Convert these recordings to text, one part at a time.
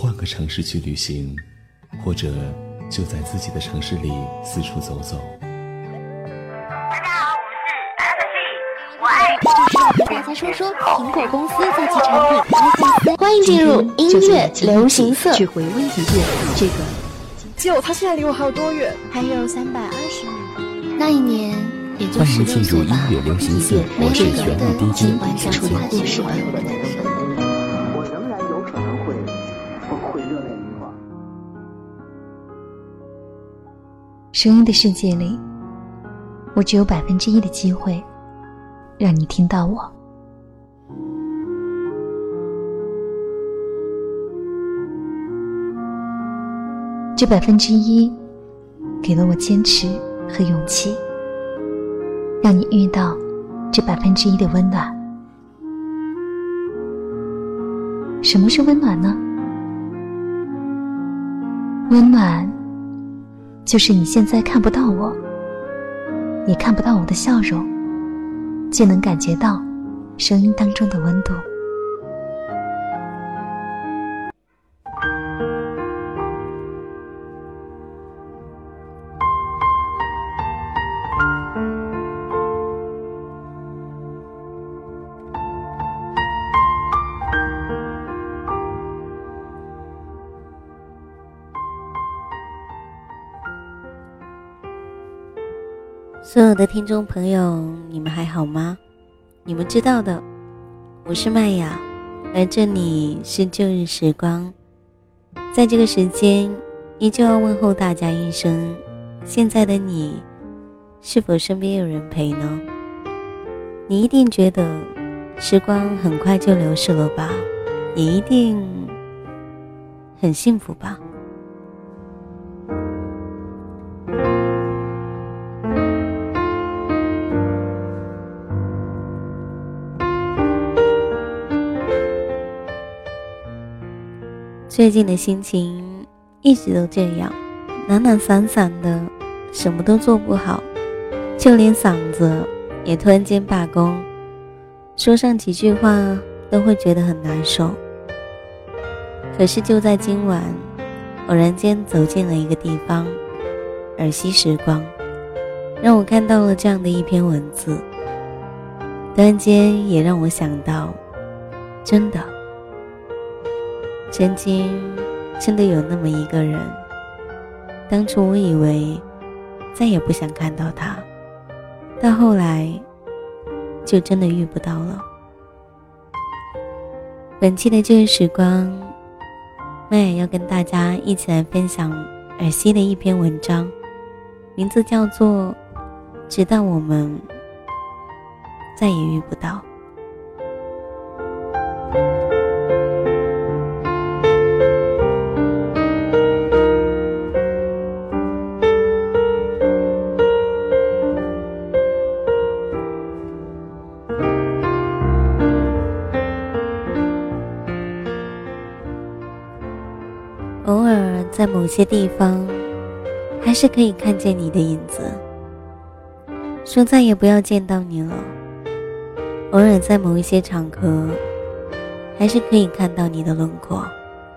换个城市去旅行，或者就在自己的城市里四处走走。 大家好，我是 FG， 我爱和大家说说苹果公司在其产品 iPhone 4。欢迎进入音乐流行色。 去回温一遍这个。 就他现在离我还有多远？ 还有320米。那一年，也就欢迎进 16岁吧。 入音乐流行色，我是玄武 DJ 晚上处理故事版。 我仍然有可能会热泪盈眶。 声音的世界里，我只有1%的机会让你听到我。这1%给了我坚持和勇气，让你遇到这1%的温暖。什么是温暖呢？温暖就是你现在看不到我，也看不到我的笑容，却能感觉到声音当中的温度。 所有的听众朋友，你们还好吗？你们知道的，我是麦雅，而这里是旧日时光。在这个时间，依旧要问候大家一声，现在的你是否身边有人陪呢？你一定觉得时光很快就流逝了吧，也一定很幸福吧。最近的心情一直都这样，懒懒散散的，什么都做不好，就连嗓子也突然间罢工，说上几句话都会觉得很难受。可是就在今晚，偶然间走进了一个地方，耳息时光，让我看到了这样的一篇文字，突然间也让我想到，真的曾经真的有那么一个人，当初我以为再也不想看到他，到后来就真的遇不到了。本期的旧日时光，麦雅要跟大家一起来分享尔西的一篇文章，名字叫做直到我们再也遇不到。偶尔在某些地方还是可以看见你的影子，说再也不要见到你了。偶尔在某一些场合还是可以看到你的轮廓，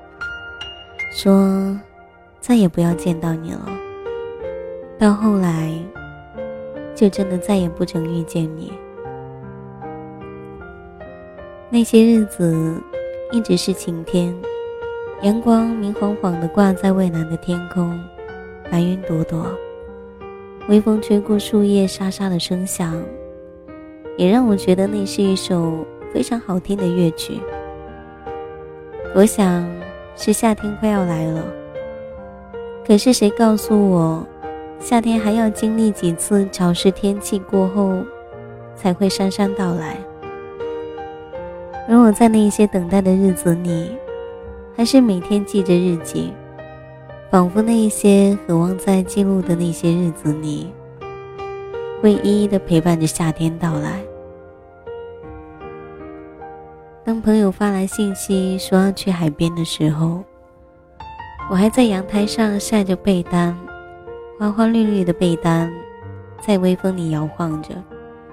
说再也不要见到你了，到后来就真的再也不曾遇见你。那些日子一直是晴天，阳光明晃晃地挂在蔚蓝的天空，白云朵朵，微风吹过树叶沙沙的声响，也让我觉得那是一首非常好听的乐曲。我想是夏天快要来了，可是谁告诉我，夏天还要经历几次潮湿天气过后才会姗姗到来。而我在那一些等待的日子里，还是每天记着日记，仿佛那一些渴望在记录的那些日子里，会一一的陪伴着夏天到来。当朋友发来信息说要去海边的时候，我还在阳台上晒着被单，花花绿绿的被单在微风里摇晃着，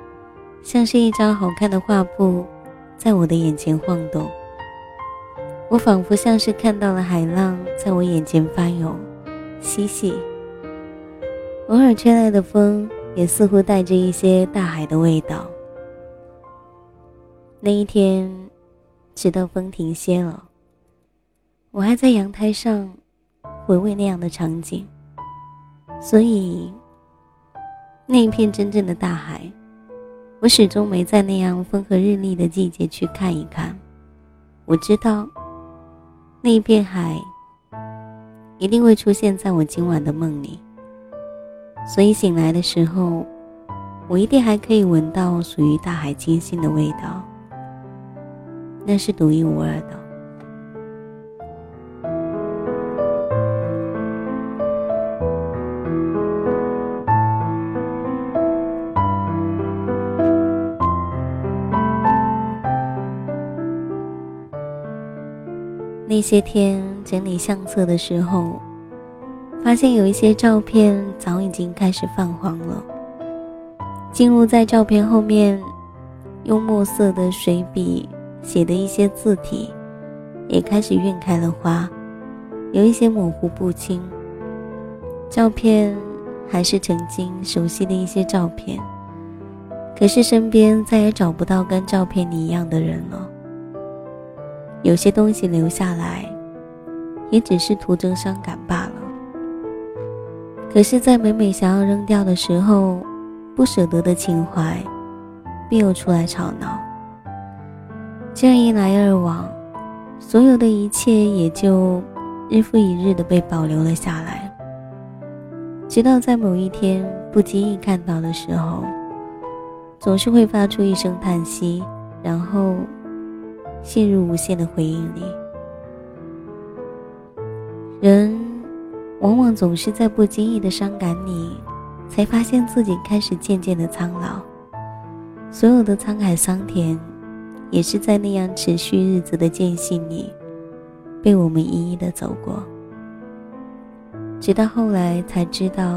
像是一张好看的画布在我的眼前晃动。 我仿佛像是看到了海浪在我眼前翻涌嬉戏，偶尔吹来的风也似乎带着一些大海的味道。那一天直到风停歇了，我还在阳台上回味那样的场景，所以那一片真正的大海，我始终没在那样风和日丽的季节去看一看。我知道那一片海一定会出现在我今晚的梦里，所以醒来的时候，我一定还可以闻到属于大海清新的味道，那是独一无二的。那些天整理相册的时候，发现有一些照片早已经开始泛黄了。进入在照片后面用墨色的水笔写的一些字体也开始晕开了花，有一些模糊不清。照片还是曾经熟悉的一些照片，可是身边再也找不到跟照片里一样的人了。有些东西留下来也只是徒增伤感罢了。可是在每每想要扔掉的时候，不舍得的情怀便又出来吵闹。这样一来二往，所有的一切也就日复一日的被保留了下来，直到在某一天不经意看到的时候，总是会发出一声叹息，然后陷入无限的回忆里。人往往总是在不经意的伤感里，才发现自己开始渐渐的苍老。所有的沧海桑田，也是在那样持续日子的间隙里，被我们一一的走过。直到后来才知道，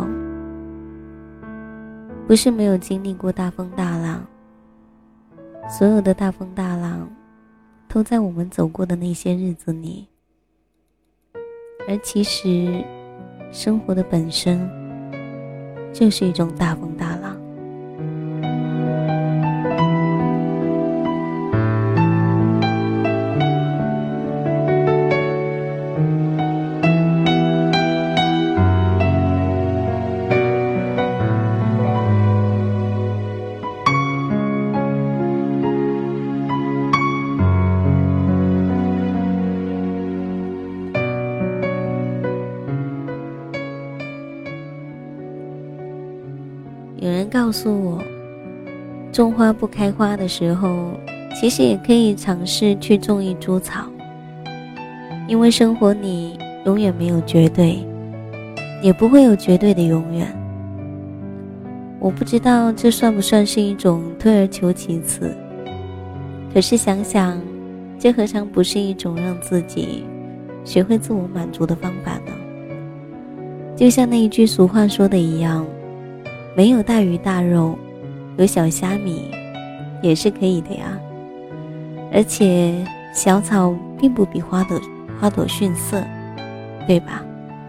不是没有经历过大风大浪，所有的大风大浪都在我们走过的那些日子里。而其实生活的本身就是一种大风大浪。有人告诉我，种花不开花的时候，其实也可以尝试去种一株草，因为生活里永远没有绝对，也不会有绝对的永远。我不知道这算不算是一种退而求其次，可是想想，这何尝不是一种让自己学会自我满足的方法呢？就像那一句俗话说的一样，没有大鱼大肉，有小虾米也是可以的呀。而且小草并不比花朵逊色，对吧？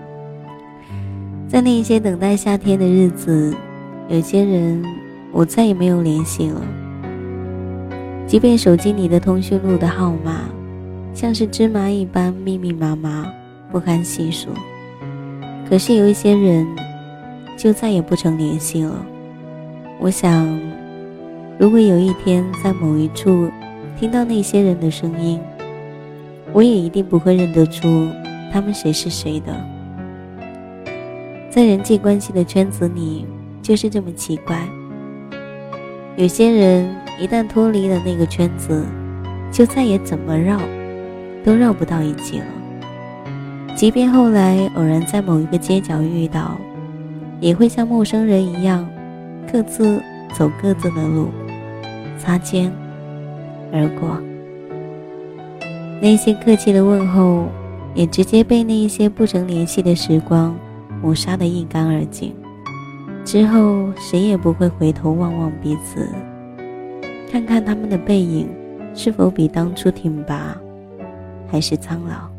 在那一些等待夏天的日子，有些人我再也没有联系了，即便手机里的通讯录的号码像是芝麻一般密密麻麻，不堪细数，可是有一些人就再也不曾联系了。我想，如果有一天在某一处听到那些人的声音，我也一定不会认得出他们谁是谁的。在人际关系的圈子里就是这么奇怪，有些人一旦脱离了那个圈子，就再也怎么绕都绕不到一起了。即便后来偶然在某一个街角遇到，也会像陌生人一样各自走各自的路，擦肩而过。那些客气的问候也直接被那一些不曾联系的时光抹杀得一干二净。之后谁也不会回头望望彼此，看看他们的背影是否比当初挺拔， 还是苍老。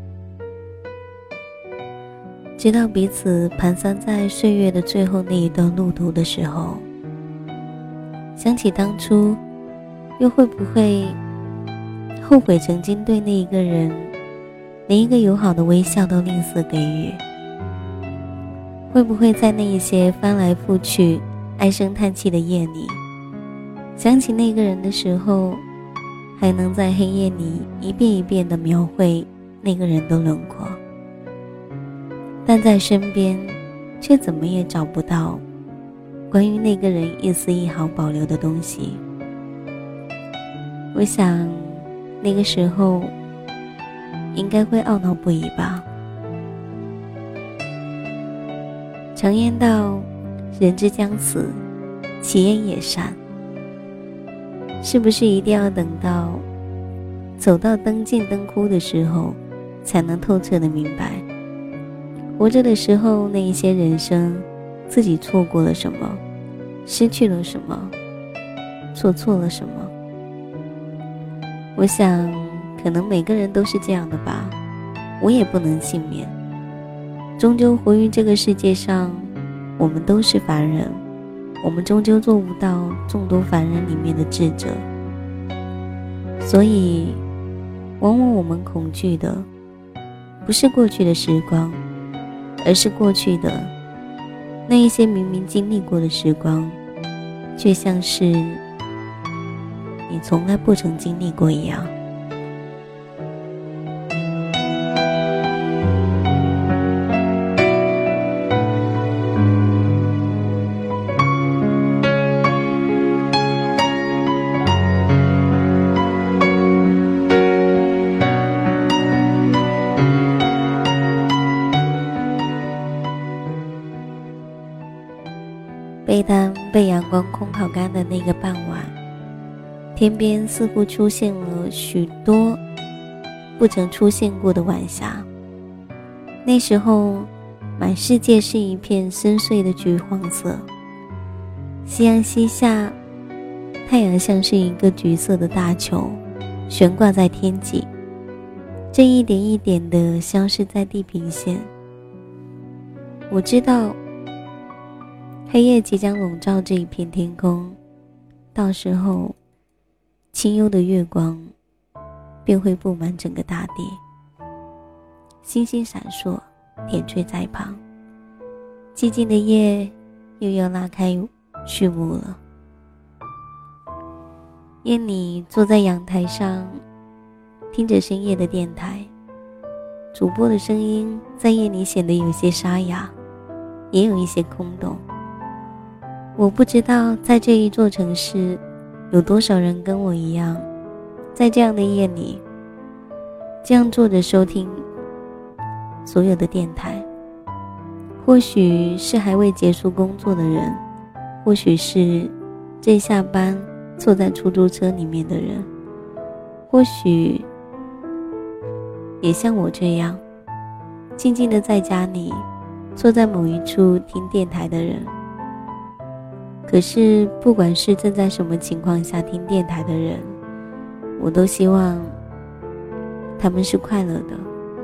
直到彼此蹒跚在岁月的最后那一段路途的时候，想起当初，又会不会后悔曾经对那一个人连一个友好的微笑都吝啬给予？会不会在那一些翻来覆去唉声叹气的夜里，想起那个人的时候，还能在黑夜里一遍一遍地描绘那个人的轮廓，但在身边却怎么也找不到关于那个人一丝一毫保留的东西。我想那个时候应该会懊恼不已吧。常言道，人之将死，其言也善。是不是一定要等到走到灯尽灯枯的时候，才能透彻的明白，活着的时候那一些人生，自己错过了什么，失去了什么，做错了什么？我想可能每个人都是这样的吧，我也不能幸免。终究活于这个世界上，我们都是凡人，我们终究做不到众多凡人里面的智者。所以往往我们恐惧的不是过去的时光，而是过去的那一些明明经历过的时光，却像是你从来不曾经历过一样。被单被阳光空烤干的那个傍晚，天边似乎出现了许多不曾出现过的晚霞。那时候满世界是一片深邃的橘黄色，夕阳西下，太阳像是一个橘色的大球悬挂在天际，这一点一点地消失在地平线。我知道黑夜即将笼罩这一片天空，到时候清幽的月光便会布满整个大地，星星闪烁，点缀在旁，寂静的夜又要拉开序幕了。夜里坐在阳台上，听着深夜的电台，主播的声音在夜里显得有些沙哑，也有一些空洞。我不知道在这一座城市有多少人跟我一样，在这样的夜里这样坐着收听所有的电台。或许是还未结束工作的人，或许是正下班坐在出租车里面的人，或许也像我这样静静地在家里坐在某一处听电台的人。可是不管是正在什么情况下听电台的人，我都希望他们是快乐的。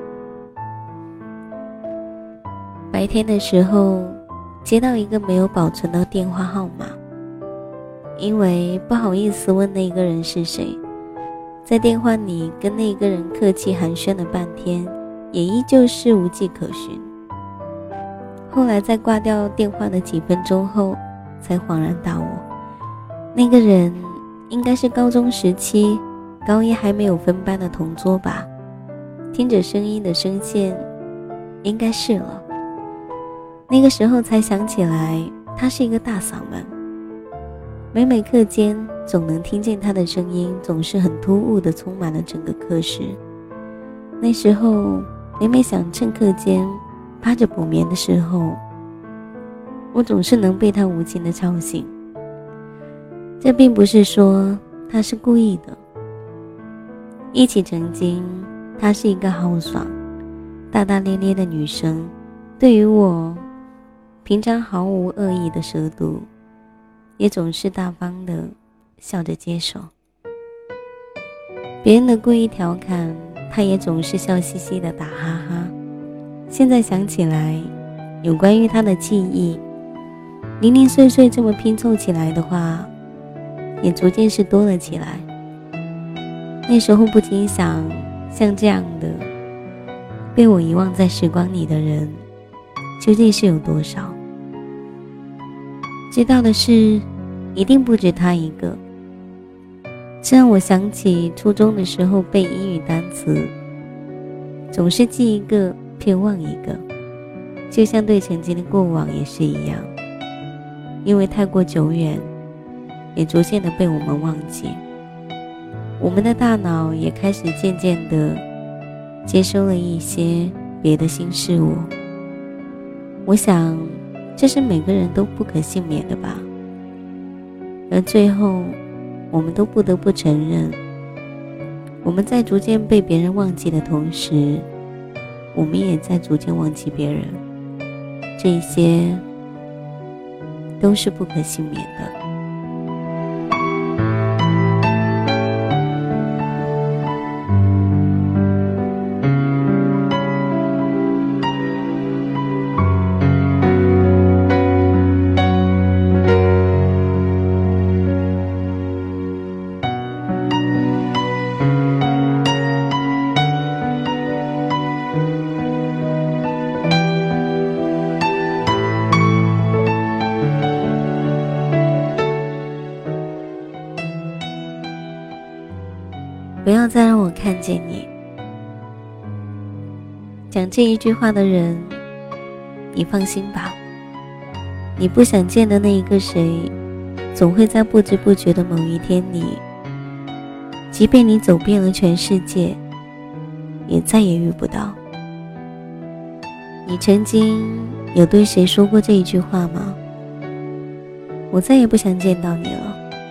白天的时候接到一个没有保存的电话号码，因为不好意思问那个人是谁，在电话里跟那个人客气寒暄了半天，也依旧是无迹可寻。后来在挂掉电话的几分钟后，才恍然大悟，那个人应该是高中时期高一还没有分班的同桌吧，听着声音的声线应该是了。那个时候才想起来他是一个大嗓门，每课间总能听见他的声音，总是很突兀地充满了整个课室。那时候每想趁课间趴着补眠的时候，我总是能被他无情地吵醒。这并不是说他是故意的，一起曾经她是一个豪爽大大咧咧的女生，对于我平常毫无恶意的蛇毒，也总是大方地笑着接受。别人的故意调侃他也总是笑嘻嘻的打哈哈。现在想起来，有关于他的记忆，零零碎碎这么拼凑起来的话，也逐渐是多了起来。那时候不禁想，像这样的被我遗忘在时光里的人，究竟是有多少？知道的是，一定不止他一个。这让我想起初中的时候背英语单词，总是记一个偏忘一个，就像对曾经的过往也是一样，因为太过久远，也逐渐的被我们忘记。我们的大脑也开始渐渐的接收了一些别的新事物。我想这是每个人都不可幸免的吧。而最后我们都不得不承认，我们在逐渐被别人忘记的同时，我们也在逐渐忘记别人，这一些都是不可幸免的。不要再让我看见你。讲这一句话的人，你放心吧，你不想见的那一个谁，总会在不知不觉的某一天里，即便你走遍了全世界，也再也遇不到。你曾经有对谁说过这一句话吗？我再也不想见到你了。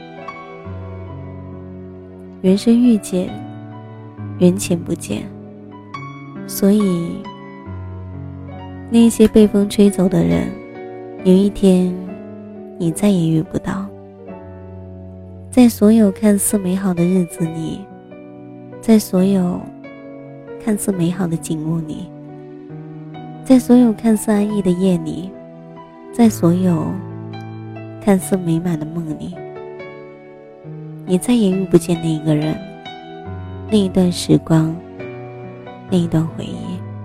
缘深遇见，缘浅不见，所以那些被风吹走的人，有一天你再也遇不到。在所有看似美好的日子里，在所有看似美好的景物里，在所有看似安逸的夜里，在所有看似美满的梦里，你再也遇不见那一个人，那一段时光，那一段回忆。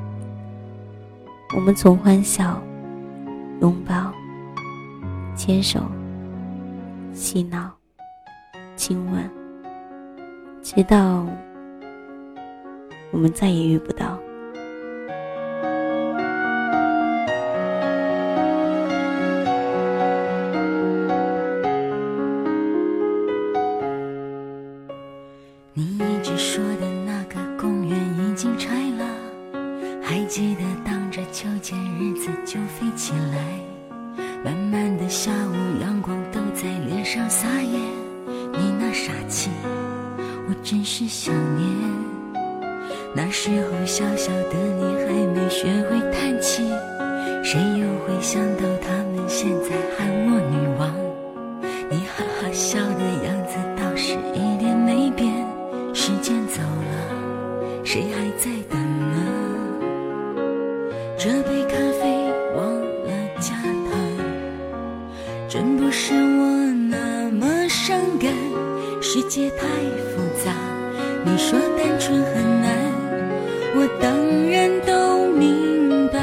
我们从欢笑、拥抱、牵手、嬉闹、亲吻，直到我们再也遇不到。 你一直说的那个公园已经拆了，还记得当着秋千日子就飞起来，慢慢的下午阳光都在脸上撒野，你那傻气我真是想念。那时候小小的你还没学会叹气，谁又会想到他们现在喊我女王。你哈哈笑的样子倒是一点没变，时间走了，谁还在等呢？这杯咖啡忘了加糖，真不是我那么伤感，世界太复杂，你说单纯很难，我当然都明白。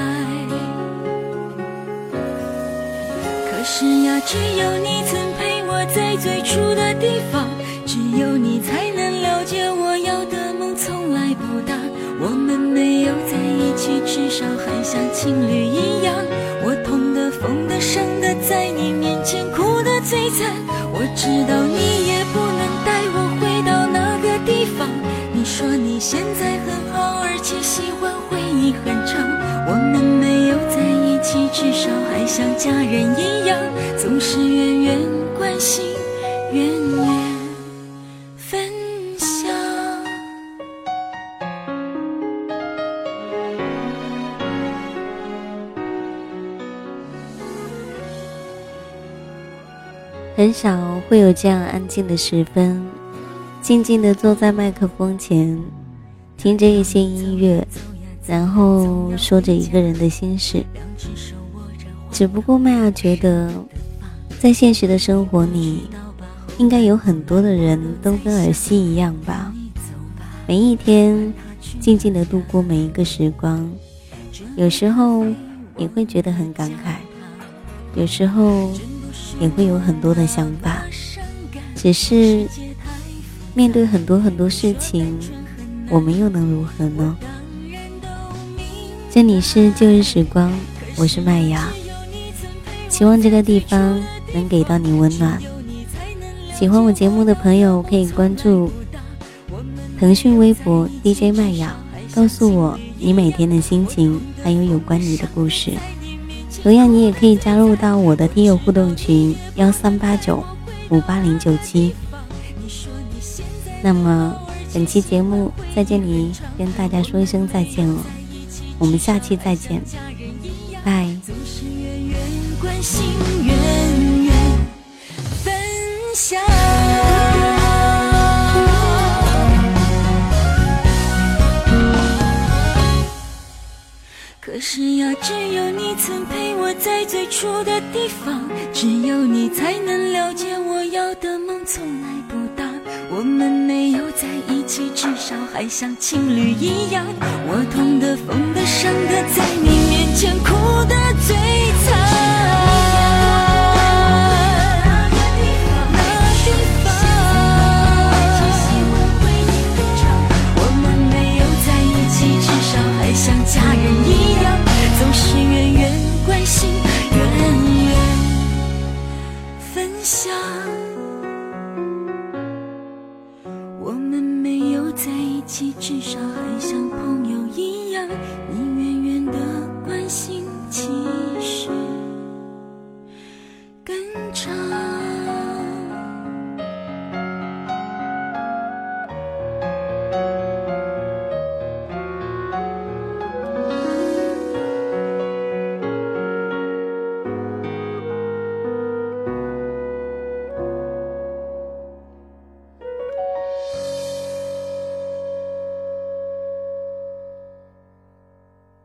可是呀，只有你曾陪我在最初的地方，只有你才能了解我要的梦从来不大。我们没有在一起，至少还像情侣一样。我痛的、疯的、伤的，在你面前哭得最惨。我知道你也不能带我回到那个地方。你说你现在很好，而且喜欢回忆很长。我们没有在一起，至少还像家人一样，总是远远关心，远远分享。 很少会有这样安静的时分，静静地坐在麦克风前， 听着一些音乐，然后说着一个人的心事。只不过麦芽觉得，在现实的生活里，应该有很多的人都跟尔西一样吧，每一天静静地度过每一个时光，有时候也会觉得很感慨，有时候也会有很多的想法，只是面对很多事情，我们又能如何呢？这里是旧日时光，我是麦芽，希望这个地方能给到你温暖。喜欢我节目的朋友可以关注腾讯微博 DJ 麦芽，告诉我你每天的心情，还有有关你的故事。同样你也可以加入到我的听友互动群1389-58097。那么本期节目在这里跟大家说一声再见了，我们下期再见，拜。 关心远远分享，可是呀，只有你曾陪我在最初的地方，只有你才能了解我要的梦从来不大。我们没有在一起，至少还像情侣一样。我痛的、疯的、伤的，在你面前哭的最惨。我们没有在一起，至少还像家人一样，总是远远关心，远远分享。我们没有在一起，至少还像朋友一样，你远远的关心，其实